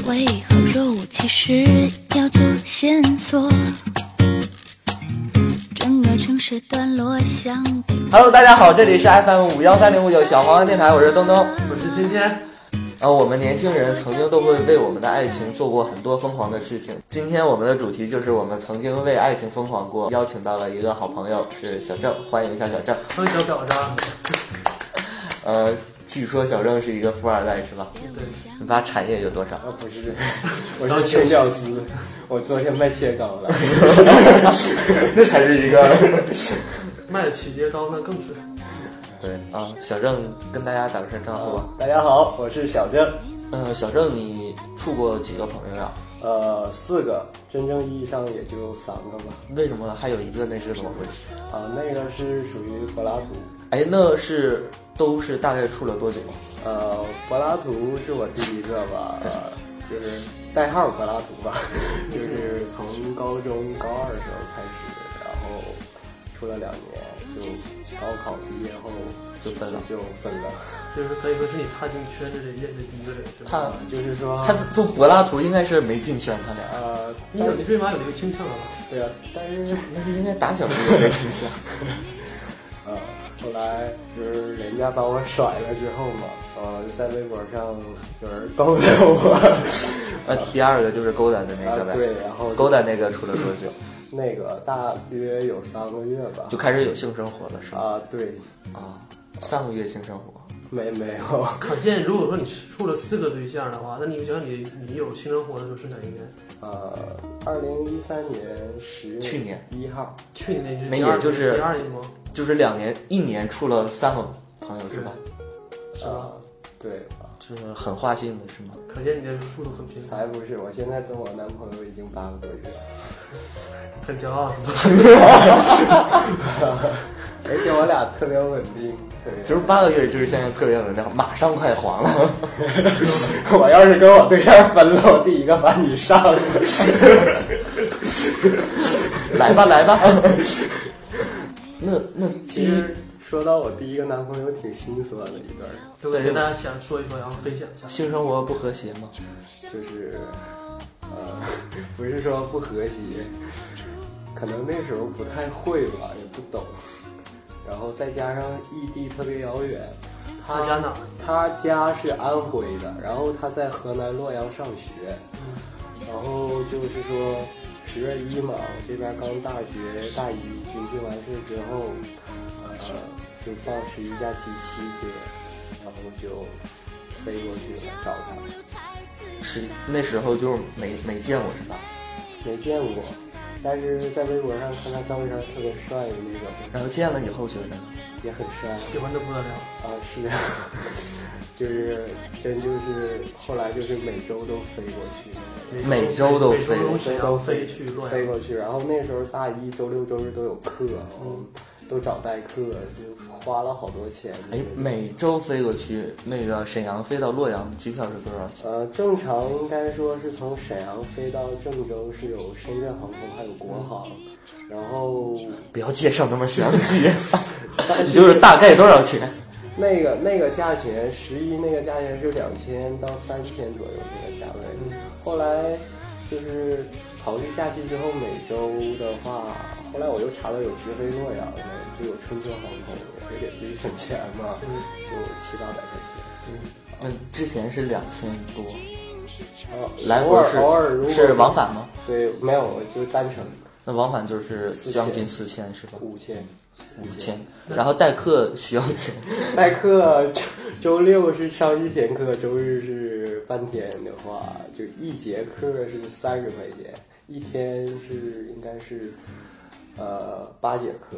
为何若无其事要做线索？整个城市段落像被。 Hello， 大家好，这里是 FM51305小黄电台，我是东东， 我是天天。 我们年轻人曾经都会为我们的爱情做过很多疯狂的事情。今天我们的主题就是我们曾经为爱情疯狂过，邀请到了一个好朋友，是小郑，欢迎一下小郑。 欢迎小表彰。 据说小郑是一个富二代是吧？ 对。 你把产业有多少？ 不是，我是穷屌丝。我昨天卖切糕了。 那才是一个卖的起节高，那更是。 对啊，小郑跟大家打个声招呼吧。 大家好，我是小郑。 小郑，你处过几个朋友呀 ？4个，真正意义上也就3个吧。 为什么还有一个？那是怎么回事？ 那个是属于柏拉图。 哎，那是都是大概处了多久？ 柏拉图是我第一个吧，就是代号柏拉图吧，就是从高中高2的时候开始，然后处了2年，就高考毕业后就分了。 就是可以说是你踏进圈子里认识第一个人，是吧？ 他就是说， 他做柏拉图应该是没进圈，他俩。 你为嘛有这个倾向啊？ 对啊，但是那是应该打小就有这个倾向。 后来就是人家把我甩了之后嘛，在微博上有人勾搭我。 第二个就是勾搭的那个呗。 对，然后勾搭那个处了多久？ 那个大约有3个月吧。 就开始有性生活了是吧？ 对。 3个月性生活。没有。 可见，如果说你处了4个对象的话，那你想你有性生活的时候是哪一年 ？2013年10月去年 1号。 去年那也就是第2年吗？ 就是2年，1年处了3个朋友是吧？ 是吧？ 对， 就是很花心的是吗？ 可见你的速度很频繁。 才不是，我现在跟我男朋友已经8个多月了。 很骄傲是吧？ 而且我俩特别稳定， 就是8个月，就是现在特别稳定，马上快黄了。 我要是跟我对象分了，我第一个把你上。 来吧。那其实说到我第一个男朋友，挺心酸的一个人。 对，跟大家想说一说，然后分享一下。 性生活不和谐吗？ 就是不是说不和谐，可能那时候不太会吧，也不懂。然后再加上异地特别遥远， 他家哪？ 他家是安徽的，然后他在河南洛阳上学。然后就是说10月1嘛，我这边刚大学大一军训完事之后，就放11假期7天，然后就飞过去了找他。 是那时候就是没见过是吧？ 没见过。但是在微博上看他照片特别帅的那种， 然后见了以后觉得也很帅， 喜欢的不得了是啊，就是后来就是每周都飞过去， 每周都飞去洛阳飞过去，然后那时候大一周6周日都有课，都找代课，就花了好多钱。 每周飞过去，那个沈阳飞到洛阳机票是多少钱？ 正常应该说是从沈阳飞到郑州是有深圳航空还有国航，然后不要介绍那么详细，你就是大概多少钱？ 那个价钱11那个价钱是2000到3000左右这个价位，后来就是逃去假期之后，每周的话，后来我又查到有直飞洛阳的，就有春秋航空，也给自己省钱嘛，就700-800块钱。 之前是2000多， 来回偶尔是往返吗？ 对，没有，就是单程。 那往返就是将近4000是吧 ？5000， 然后代课需要钱。 代课周6是上1天课，周日是半天的话，就1节课是30块钱，1天是应该是8节课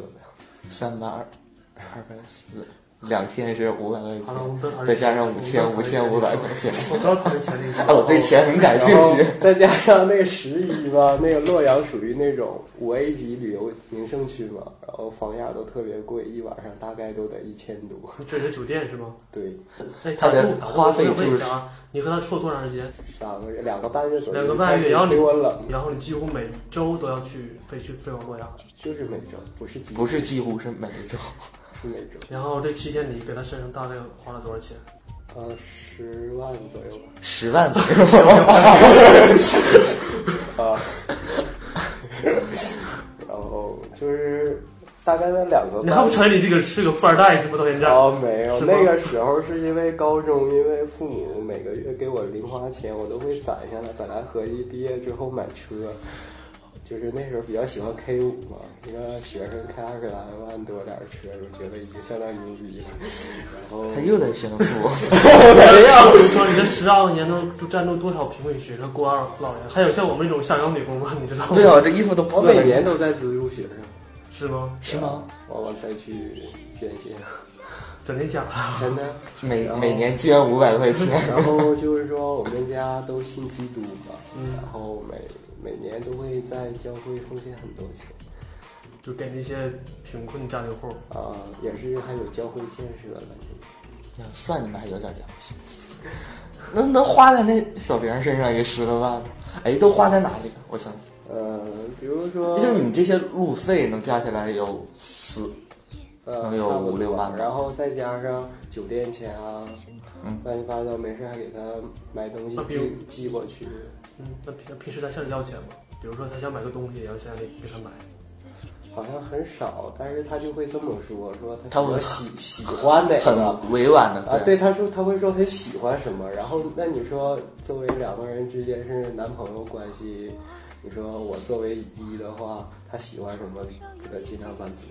，38240。2天是500块钱，再加上5500块钱。 我刚讨论钱那个，我对钱很感兴趣。 再加上那个11吧，那个洛阳属于那种5A 级旅游名胜区嘛，然后房价都特别贵，一晚上大概都得1000多。 这是酒店是吗？ 对。 他的花费就是你和他处了多长时间 ？3个月，2个半月左右。 2个半月， 然后你几乎每周都要飞往洛阳。 就是每周，不是几乎是每周。 是每周。 然后这7天你给他身上大概花了多少钱？ 10万左右吧。 10万左右啊，然后就是大概那2个半。 你还不承认你这个是个富二代是不？到现在哦，没有， 是吗那个时候是因为高中，因为父母每个月给我零花钱，我都会攒下来。本来合计毕业之后买车，就是那时候比较喜欢 K5嘛，一个学生开20来万多点车，我觉得已经相当牛逼了。然后他又在炫富。 没有，说你这12年都占住多少贫困学生、孤儿老人，还有像我们这种向阳女风吗？你知道吗？ 对啊，这衣服都我破了。 每年都在资助学生， 是吗？ 是吗？ 我才去捐献， 整天讲啊， 真的。 每年捐500块钱。 然后就是说我们家都信基督嘛， 嗯然后每年都会在教会奉献很多钱。 就给那些贫困家庭户。 也是还有教会建设了。 算你们还有点良心。能花在那小玲身上也10多万呢？哎，都花在哪里了？我想， 比如说， 就是你们这些路费能加起来有能有5、6万， 然后再加上酒店钱啊，乱七八糟，没事还给他买东西寄过去。 那平时他向你要钱吗？比如说他想买个东西，要钱给他买。 好像很少，但是他就会这么说他会喜欢哪个， 很委婉的啊，对，他会说他喜欢什么，然后那你说作为2个人之间是男朋友关系，你说我作为1的话，他喜欢什么给他尽量满足。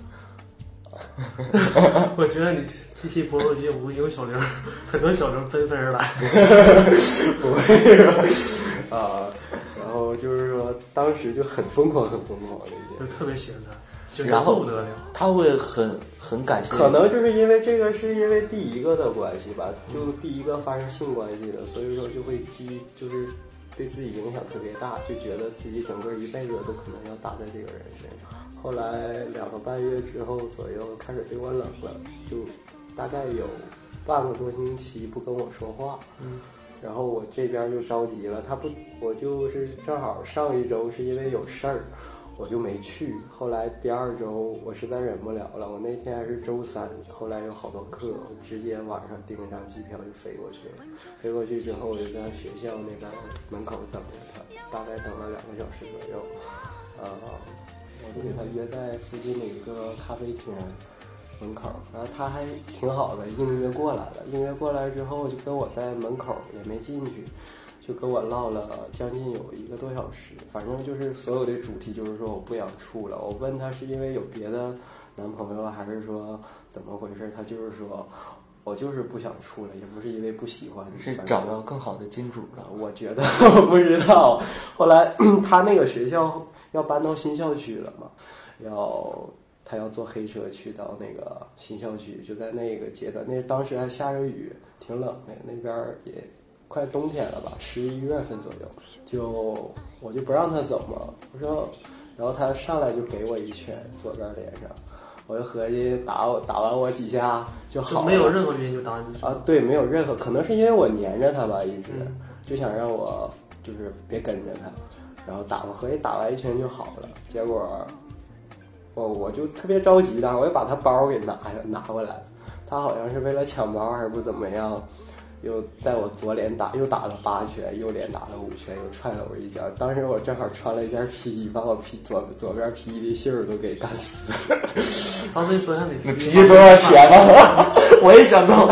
我觉得你这期播出去无疑有小玲，很多小玲纷纷而来。 不会啊。然后就是说，当时就很疯狂的一点， 就特别喜欢他，喜欢然后不得了。 他会很感谢。 可能就是因为这个，是因为第一个的关系吧，就第一个发生性关系的，所以说就会就是对自己影响特别大，就觉得自己整个一辈子都可能要搭在这个人身上。后来2个半月之后左右开始对我冷了，就大概有半个多星期不跟我说话。然后我这边就着急了，我就是正好上一周是因为有事儿，我就没去。后来第2周我实在忍不了了，我那天还是周3，后来有好多课，我直接晚上订了张机票就飞过去了。飞过去之后，我就在学校那边门口等着他，大概等了2个小时左右。我就给他约在附近的一个咖啡厅门口，然后他还挺好的，应约过来了。应约过来之后，就跟我在门口也没进去，就跟我唠了将近有1个多小时。反正就是所有的主题就是说我不想处了。我问他是因为有别的男朋友，还是说怎么回事？他就是说我就是不想处了，也不是因为不喜欢你， 是找到更好的金主了。 我觉得我不知道。后来他那个学校要搬到新校区了嘛，他要坐黑车去到那个新校区，就在那个阶段，当时还下着雨，挺冷的，那边也快冬天了吧，11月份左右，我就不让他走嘛，我说，然后他上来就给我一拳，左边脸上，我就合计打完我几下就好了， 没有任何原因就打你啊？对，没有任何，可能是因为我黏着他吧，一直就想让我就是别跟着他，然后合计打完一拳就好了，结果。我就特别着急的，我就把他包给拿过来，他好像是为了抢包还是不怎么样，又在我左脸又打了8拳，右脸打了5拳，又踹了我一脚。当时我正好穿了一件皮衣，把我左边皮衣的袖儿都给干死了。 刚才说一下你皮衣多少钱啊？我也想到。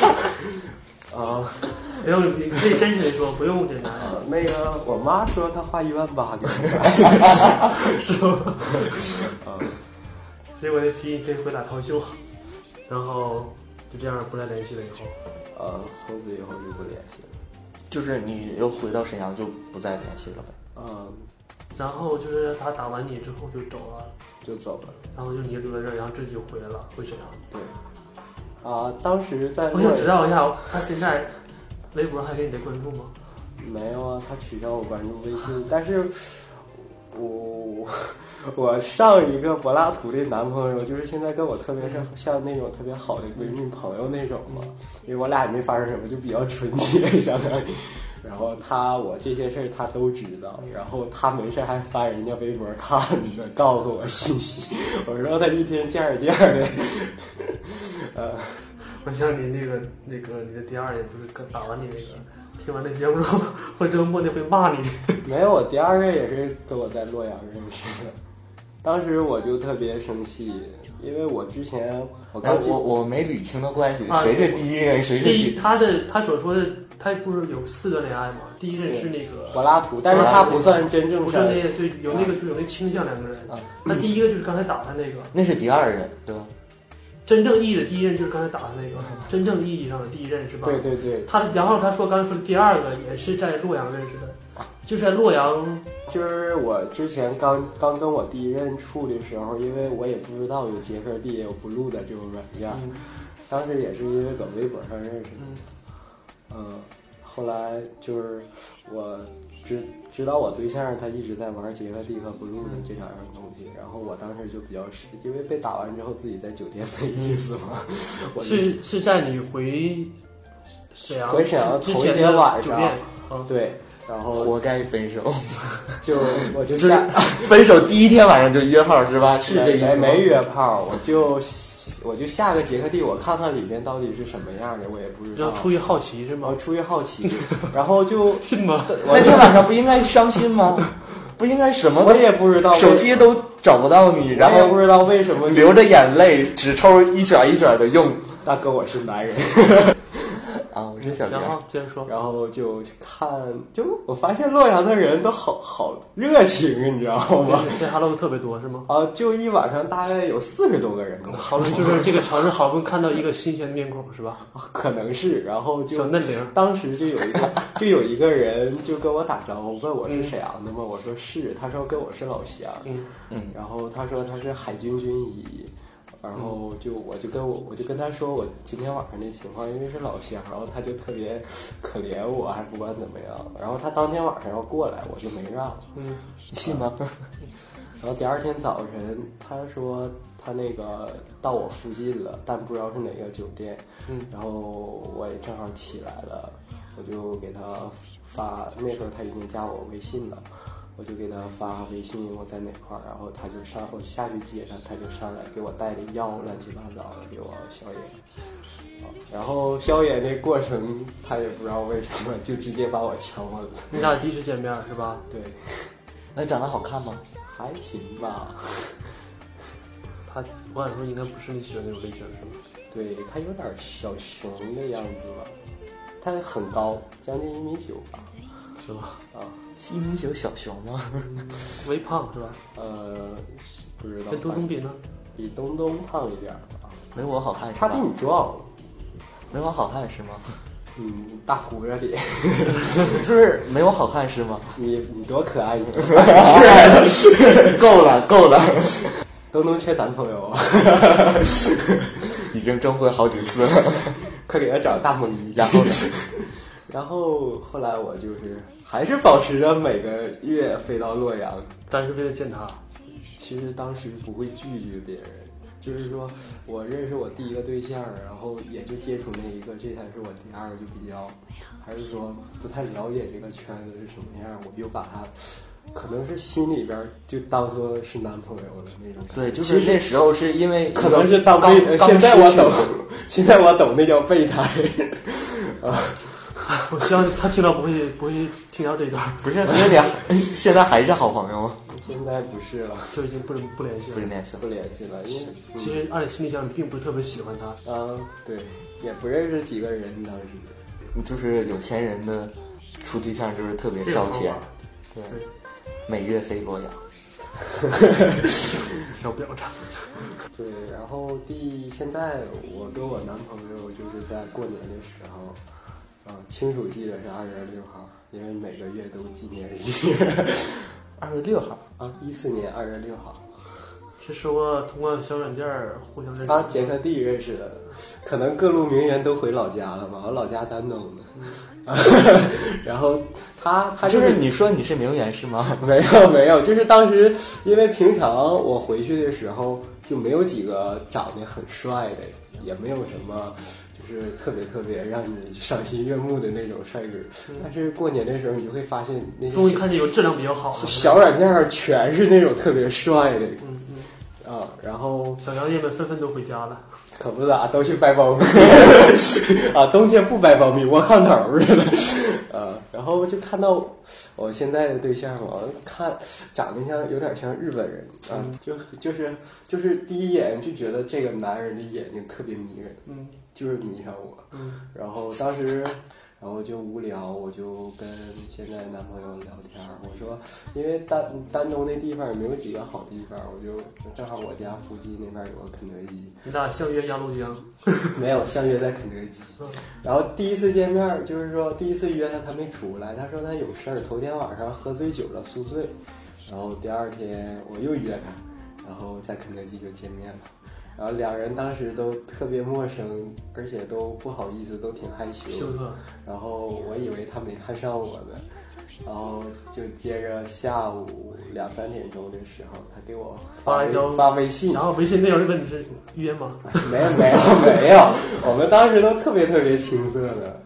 不用，你可以真实的说，不用真的。 那个我妈说她花18000给我买，是吗？所以我的皮衣可以回打套袖，然后就这样不再联系了。以后， 从此以后就不联系了。 就是你又回到沈阳就不再联系了呗？ 然后就是他打完你之后就走了， 就走了。 然后就你留在这儿，然后自己就回沈阳。 对。当时在我想知道一下，他现在微博还给你的关注吗？ 没有啊，他取消我关注微信，但是我上一个柏拉图的男朋友，就是现在跟我特别是像那种特别好的闺蜜朋友那种嘛，因为我俩也没发生什么，就比较纯洁相当于。然后我这些事儿他都知道，然后他没事还翻人家微博看的，告诉我信息。我说他一天见着的， 我想你你的第二任就是刚打完你那个，听完那节目之后，会周末就会骂你。 没有，我第二任也是跟我在洛阳认识的，当时我就特别生气，因为我之前我没捋清的关系， 啊谁是第一任，谁是第他所说的，他不是有4段恋爱吗？第一任是那个柏拉图，但是他不算真正不是那个对有那个就有那倾向两个人。那第一个就是刚才打他那个， 那是第二任，对吧？ 真正意义的第一任就是刚才打他那个，真正意义上的第一任是吧？ 对对对。 然后他说刚才说的第二个也是在洛阳认识的，就是在洛阳。 就是我之前刚跟我第一任处的时候，因为我也不知道有杰克地也有 Blue 的这种软件，当时也是因为搁微博上认识的。后来就是我知道我对象他一直在玩杰克地和 Blue 的这两样东西，然后我当时就比较因为被打完之后自己在酒店没意思嘛， 是在你回沈阳头一天晚上，对，然后活该分手， 我就分手第一天晚上就约炮是吧？是这意思吗？ 没约炮，我就下个杰克地，我看看里面到底是什么样的，我也不知道。 出于好奇是吗？ 出于好奇，然后就信吗？ 那天晚上不应该伤心吗？不应该什么？ 我也不知道， 手机都找不到你，然后也不知道为什么流着眼泪，只抽一卷一卷的用。 大哥，我是男人。 啊，我是小然后接着说， 然后就我发现洛阳的人都好热情，你知道吗 ？say hello 特别多是吗？ 就一晚上大概有40多个人跟我好，就是这个城市好不容易看到一个新鲜的面孔是吧？ 可能是，然后就小嫩玲， 当时就有一个人就跟我打招呼，问我是沈阳的吗？我说是，他说跟我是老乡，然后他说他是海军军医。然后我就跟他说我今天晚上的情况，因为是老乡，然后他就特别可怜我，还不管怎么样。然后他当天晚上要过来，我就没让。 你信吗？ 然后第二天早晨，他说他那个到我附近了，但不知道是哪个酒店。然后我也正好起来了，我就给他发，那时候他已经加我微信了。我就给他发微信我在哪块儿，然后他就我就下去接他，他就上来给我带的药乱七八糟的给我消炎，然后消炎那过程他也不知道为什么就直接把我强吻了。 你俩第一次见面是吧？ 对。 那长得好看吗？ 还行吧。 我想说应该不是你喜欢那种类型是吗？ 对，他有点小熊的样子吧，他很高，将近1.9米吧。 是吧 ？1.9米小熊吗？ 微胖是吧？ 不知道。 跟东东比呢？ 比东东胖一点吧。 没我好看是吧？ 他比你壮。 没我好看是吗？ 大胡子脸。 就是没我好看是吗？ 你多可爱，你够了。 东东缺男朋友啊。 已经征婚好几次了。 快给他找大梦一。然后后来我就是还是保持着每个月飞到洛阳， 但是为了见他。 其实当时不会拒绝别人，就是说我认识我第一个对象，然后也就接触那一个，这才是我第二个，就比较还是说不太了解这个圈子是什么样，我就把他可能是心里边就当做是男朋友的那种感觉。 对，就是那时候是因为可能是当现在我懂那叫备胎啊。 我希望他听到不会听到这一段。 不是，现在还是好朋友吗？ 现在不是了， 就已经不联系了。 不联系了，因为其实按你心里想，你并不是特别喜欢他。 对，也不认识几个人当时。 就是有钱人的处对象就是特别烧钱， 对， 每月飞洛阳。 小表彰。 对，然后现在我跟我男朋友就是在过年的时候。清楚记得是2月6号，因为每个月都纪念日。 2月6号 14年2月6号， 是说通过小软件互相认识。 杰克地认识的，可能各路名人都回老家了嘛，我老家丹东的。然后他就是你说你是名媛是吗？ 没有，就是当时因为平常我回去的时候就没有几个长得很帅的，也没有什么。就是特别让你赏心悦目的那种帅哥，但是过年的时候你就会发现那些终于看见有质量比较好的小软件全是那种特别帅的，然后小杨爷们纷纷都回家了。 可不咋，都去掰苞米啊！冬天不掰苞米，窝炕头去了。然后就看到我现在的对象，我看长得有点像日本人啊，就是第一眼就觉得这个男人的眼睛特别迷人，就是迷上我。然后当时。然后就无聊，我就跟现在男朋友聊天。我说，因为丹东那地方也没有几个好地方，我就正好我家附近那边有个肯德基。 你俩相约鸭绿江？ 没有，相约在肯德基。然后第一次见面，就是说第一次约他没出来，他说他有事儿，头天晚上喝醉酒了宿醉。然后第二天我又约他，然后在肯德基就见面了。然后两人当时都特别陌生，而且都不好意思，都挺害羞。 羞涩。然后我以为他没看上我呢，然后就接着下午2、3点钟的时候，他给我发微信， 然后微信内容问你是约吗？ 没有，我们当时都特别青涩的，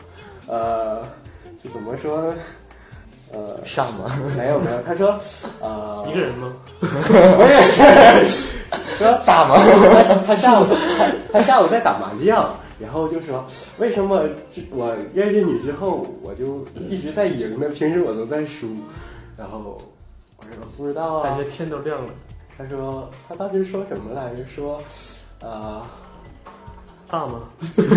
就怎么说呢？ 上吗？ 没有，他说一个人吗？ 不是。说大吗？ 他下午在打麻将，然后就说为什么我认识你之后我就一直在赢呢？平时我都在输。然后我说不知道啊， 感觉天都亮了。 他说他当时说什么来着？说大吗？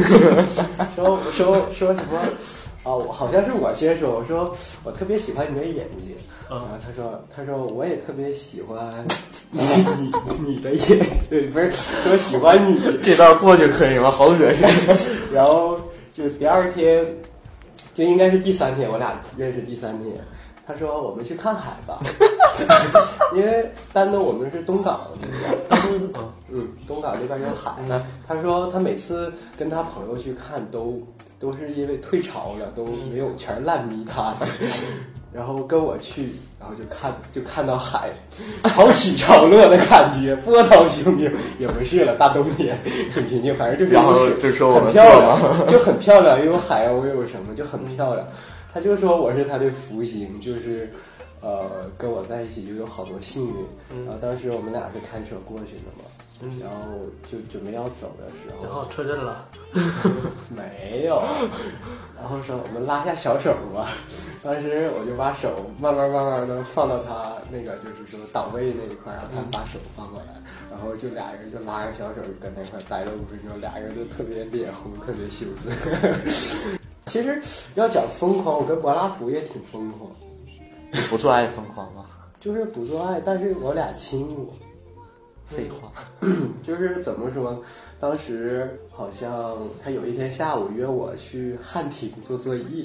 说什么我好像是我先说，我说我特别喜欢你的眼睛。然后他说我也特别喜欢你的眼，对，不是说喜欢你。 这段过去可以吗？好恶心。 然后就第二天，就应该是第3天，我俩认识第3天。他说我们去看海吧，因为丹东我们是东港那边，东港那边有海。他说他每次跟他朋友去看都是因为退潮了，都没有，全是烂泥滩。然后跟我去，然后就看到海，潮起潮落的感觉，波涛汹涌也不是了，大冬天很平静，反正就是然后就说我们很漂亮，就很漂亮，又有海鸥又有什么，就很漂亮。他就说我是他的福星，就是跟我在一起就有好多幸运。然后当时我们俩是开车过去的嘛。然后就准备要走的时候， 然后车震了， 没有，然后说我们拉下小手吧。当时我就把手慢慢的放到他那个就是说档位那一块，然后他把手放过来，然后就俩人就拉着小手跟那块待了5分钟，俩人就特别脸红，特别羞涩。其实要讲疯狂，我跟柏拉图也挺疯狂。 你不做爱疯狂吗？ 就是不做爱，但是我俩亲过。 废话， 就是怎么说？当时好像他有一天下午约我去汉庭做作业。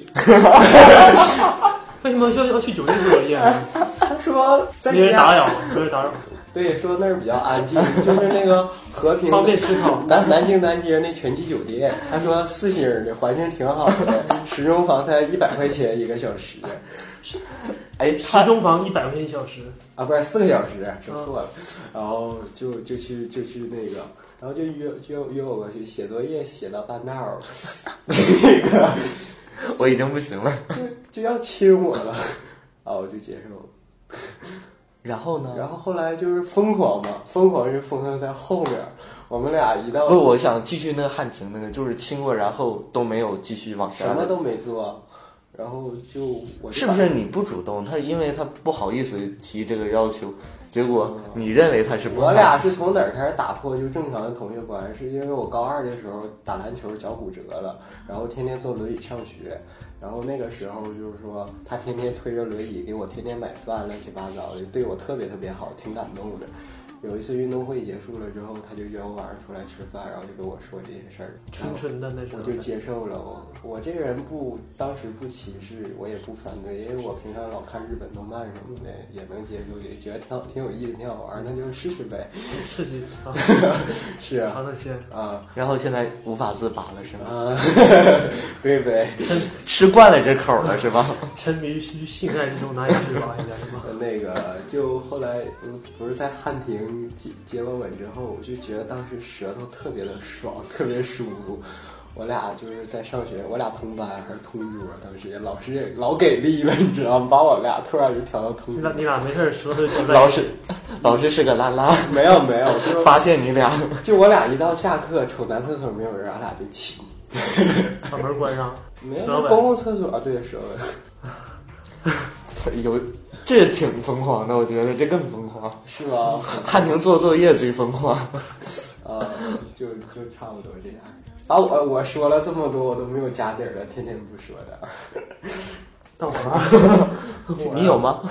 为什么要去酒店做作业呢？ 他说在家没人打扰。 对，说那儿比较安静，就是那个和平方便思考。 南京南街那全季酒店，他说4星的，环境挺好的，10中房才100块钱1个小时。 10中房100块钱1小时啊，不是4个小时，说错了。然后就去那个，然后就约我过去写作业，写到半道那个我已经不行了， 就要亲我了，我就接受了。 然后呢？ 然后后来就是疯狂嘛，疯狂是疯狂在后面。我们俩一到不，我想继续那个汉庭那个，就是亲过，然后都没有继续往下， 什么都没做。然后是不是你不主动？因为他不好意思提这个要求，结果你认为他是不好？ 我俩是从哪儿开始打破就正常的同学关系？是因为我高2的时候打篮球脚骨折了，然后天天坐轮椅上学，然后那个时候就是说他天天推着轮椅给我天天买饭，乱七八糟的，对我特别好，挺感动的。有一次运动会结束了之后，他就约我晚上出来吃饭，然后就跟我说这些事儿。 纯纯的那种， 我就接受了。我这个人当时不歧视，我也不反对，因为我平常老看日本动漫什么的，也能接受，也觉得挺有意思，挺好玩，那就试试呗。 刺激啊！ 是啊， 尝尝鲜啊。 然后现在无法自拔了，是吗？ 对呗， 吃惯了这口了，是吧？ 沉迷于性爱之中难以自拔，应该是吧？ 那个就后来不是在汉庭接完吻之后，我就觉得当时舌头特别的爽，特别舒服。 我俩就是在上学，我俩同班还是同桌，当时老师也老给力了，你知道吗？把我俩突然就调到同桌。 你俩没事10岁就老师是个拉拉， 没有，就发现你俩， 就我俩一到下课瞅男厕所没有人，俺俩就起， 把门关上。 没有公共厕所啊，对，舌吻。 有，这挺疯狂的，我觉得这更疯狂， 是吧？ 汉庭做作业最疯狂。 就差不多这样。啊，我说了这么多，我都没有家底儿的，天天不说的。 但我你有吗？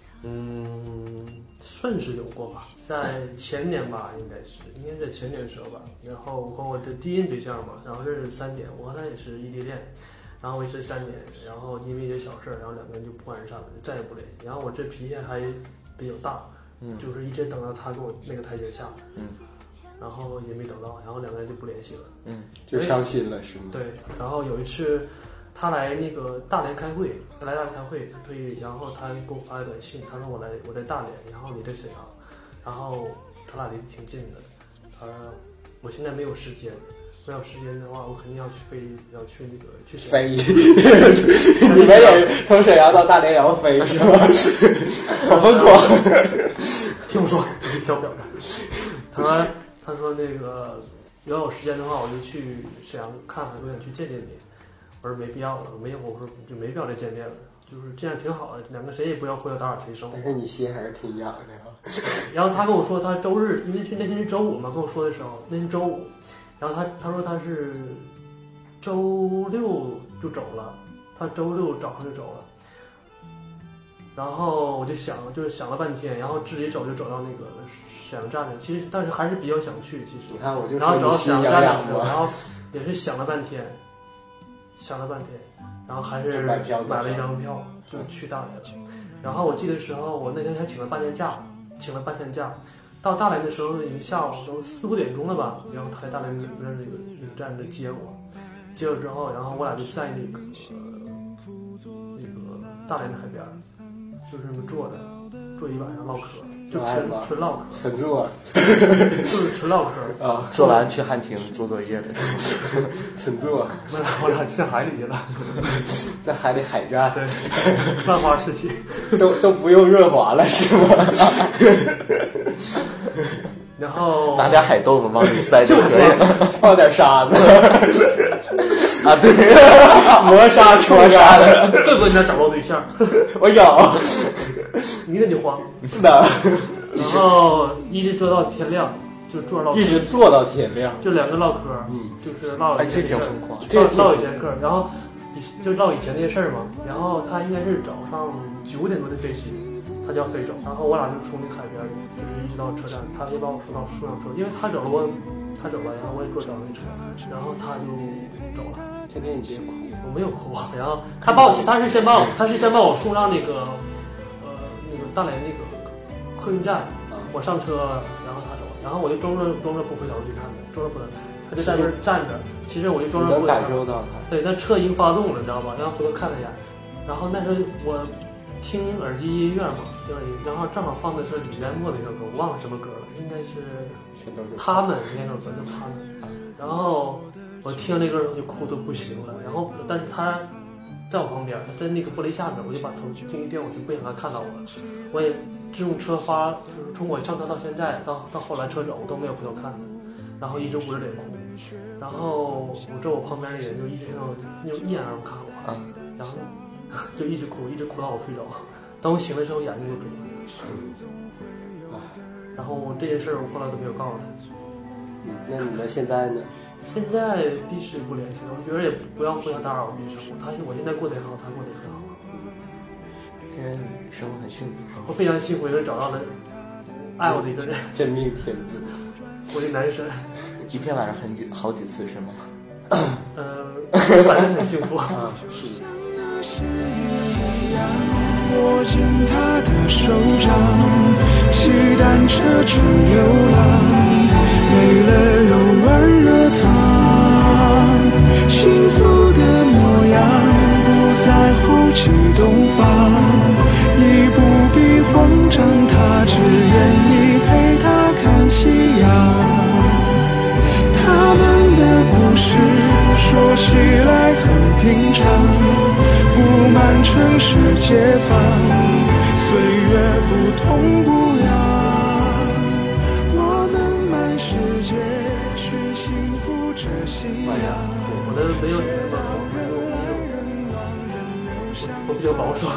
算是有过吧，在前年吧，应该是在前年的时候吧。然后我和我的第一任对象嘛，然后认识3年，我和他也是异地恋，然后维持3年，然后因为一些小事儿，然后2个人就不欢而散了，就再也不联系。然后我这脾气还比较大，就是一直等到他给我那个台阶下，然后也没等到，然后2个人就不联系了， 就伤心了是吗？ 对，然后有一次。他来那个大连开会，对，然后他给我发了短信，他说我在大连，然后你在沈阳，然后他俩离得挺近的，我现在没有时间的话，我肯定要去那个去沈阳。 飞，你们也从沈阳到大连也要飞是吗？好疯狂！ 听我说，小婊子，他说那个要有时间的话，我就去沈阳看看，我想去见见你。我说没必要了，我说就没必要再见面了，就是这样挺好的，2个谁也不要互相打扰谁生活。 但是你心还是挺痒的呀。 然后他跟我说他周日，因为那天是周五嘛，跟我说的时候那天周五，然后他说他是周六就走了，他周六早上就走了。然后我就想了半天，然后自己走就走到那个沈阳站的，其实但是还是比较想去，其实。 你看我就然后走到沈阳站的时候， 然后也是想了半天，然后还是买了一张票就去大连了。然后我记得时候，我那天还请了半天假，到大连的时候已经下午都4、5点钟了吧。然后他在大连那个站着接我之后，然后我俩就在那个大连的海边，就是那么坐一晚上唠嗑，就纯唠嗑， 纯坐， 就是纯唠嗑啊。 做完去汉庭做作业的时候， 纯坐。 我俩进海里去了， 在海里海战， 对，万花时期都不用润滑了是吗？ 然后拿点海豆腐往里塞就可以了， 放点沙子啊，对， 磨砂的， 怪不得你俩找不到对象， 我有， 你那就慌。 是的， 然后一直坐到天亮，就坐唠嗑， 一直坐到天亮， 就2个唠嗑，就是唠以前这挺疯狂， 唠以前嗑，然后就唠以前那些事儿嘛。然后他应该是早上9点多的飞机，他就要飞走，然后我俩就冲那海边，就是一直到车站，他先把我送上车，因为他走了，然后我也坐着那车，然后他就走了。 天天你别哭， 我没有哭。然后他是先把我送上那个大连那个客运站，我上车，然后他走，然后我就装着不回头去看他，装着不能，他就在那儿站着。其实我就装着不回头， 能感受到他。对， 那车已经发动了，你知道吧？然后回头看了一眼，然后那时候我听耳机音乐嘛，然后正好放的是李元沫的一首歌，我忘了什么歌了，应该是他们那首歌叫他们。然后我听那歌就哭得不行了，然后但是他在我旁边，他在那个玻璃下面，我就把头轻轻垫过去，不想他看到我。我也自从车就是从我上车到现在，到后来车走，我都没有回头看他，然后一直捂着脸哭。然后我旁边的人就一直那种异样看我，然后就一直哭到我睡着。当我醒的时候，眼睛就肿了。然后这件事我后来都没有告诉他。 那你们现在呢？ 现在彼此不联系了，我觉得也不要互相打扰彼此生活。我现在过得也好，他过得也很好。 现在生活很幸福， 我非常幸福，因为找到了爱我的一个人， 真命天子， 我的男神。 一天晚上好几次是吗？ 反正很幸福。 是。 握紧他的手掌，骑单车去流浪，累了又温热他，幸福的模样不在乎激动放，你不必慌张，他只愿意陪他看夕阳。他们的故事说起来很平常，布满城市街坊，岁月不痛不痒，我们满世界去幸福这信仰。 我的没有你的那么我比较保守。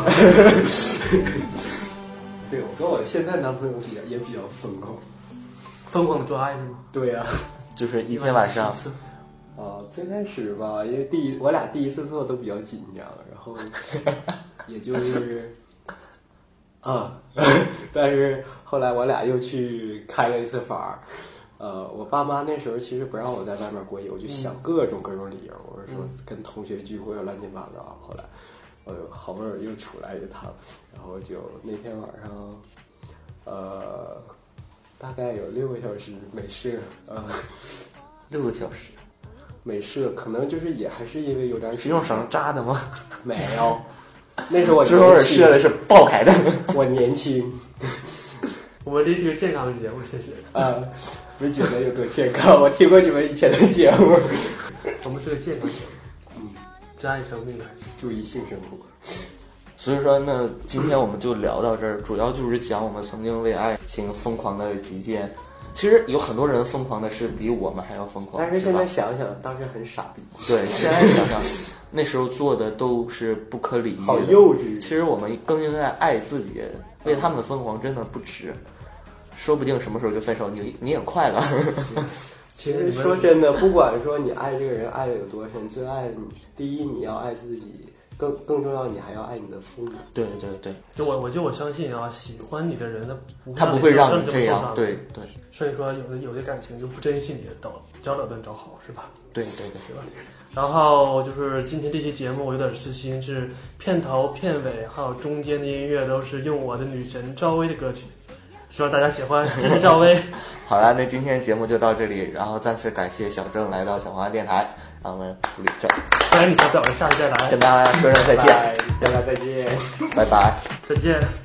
对，我跟我现在男朋友也比较疯狂， 疯狂的做爱是吗？ 对呀、 就是一天晚上， 最开始吧，因为我俩第一次做都比较紧张，然后也就是但是后来我俩又去开了一次房。我爸妈那时候其实不让我在外面过夜，我就想各种理由，我是说跟同学聚会乱七八糟。后来好不容易又出来一趟，然后就那天晚上大概有6个小时没射 6个小时没射，可能就是也还是因为有点是用绳扎的吗？ 没有，那时候我之后射的是爆开的。 我年轻。 我们这是个健康的节目，谢谢。 没觉得有多健康，我听过你们以前的节目。 我们是个健康节目，珍爱生命的， 注意性生活。 所以说呢，今天我们就聊到这儿，主要就是讲我们曾经为爱情疯狂的极限。其实有很多人疯狂的是比我们还要疯狂， 但是现在想想，当时很傻逼。 对，现在想想，那时候做的都是不可理喻的， 好幼稚。 其实我们更应该爱自己，为他们疯狂真的不值。说不定什么时候就分手，你也快了。 其实说真的，不管说你爱这个人爱的有多深，最爱你，第一你要爱自己，更重要，你还要爱你的父母。 对对对， 就我相信啊，喜欢你的人他不会让你这样，对对。 所以说有的感情就不珍惜你的找老顿找好，是吧？ 对对对， 是吧？然后就是今天这期节目我有点私心，是片头片尾还有中间的音乐都是用我的女神赵薇的歌曲。希望大家喜欢，支持赵薇。 好了，那今天节目就到这里，然后再次感谢小郑来到小黄电台，让我们处理这。 欢迎你小表，下次再来， 跟大家说声再见， 大家再见， 拜拜， 再见。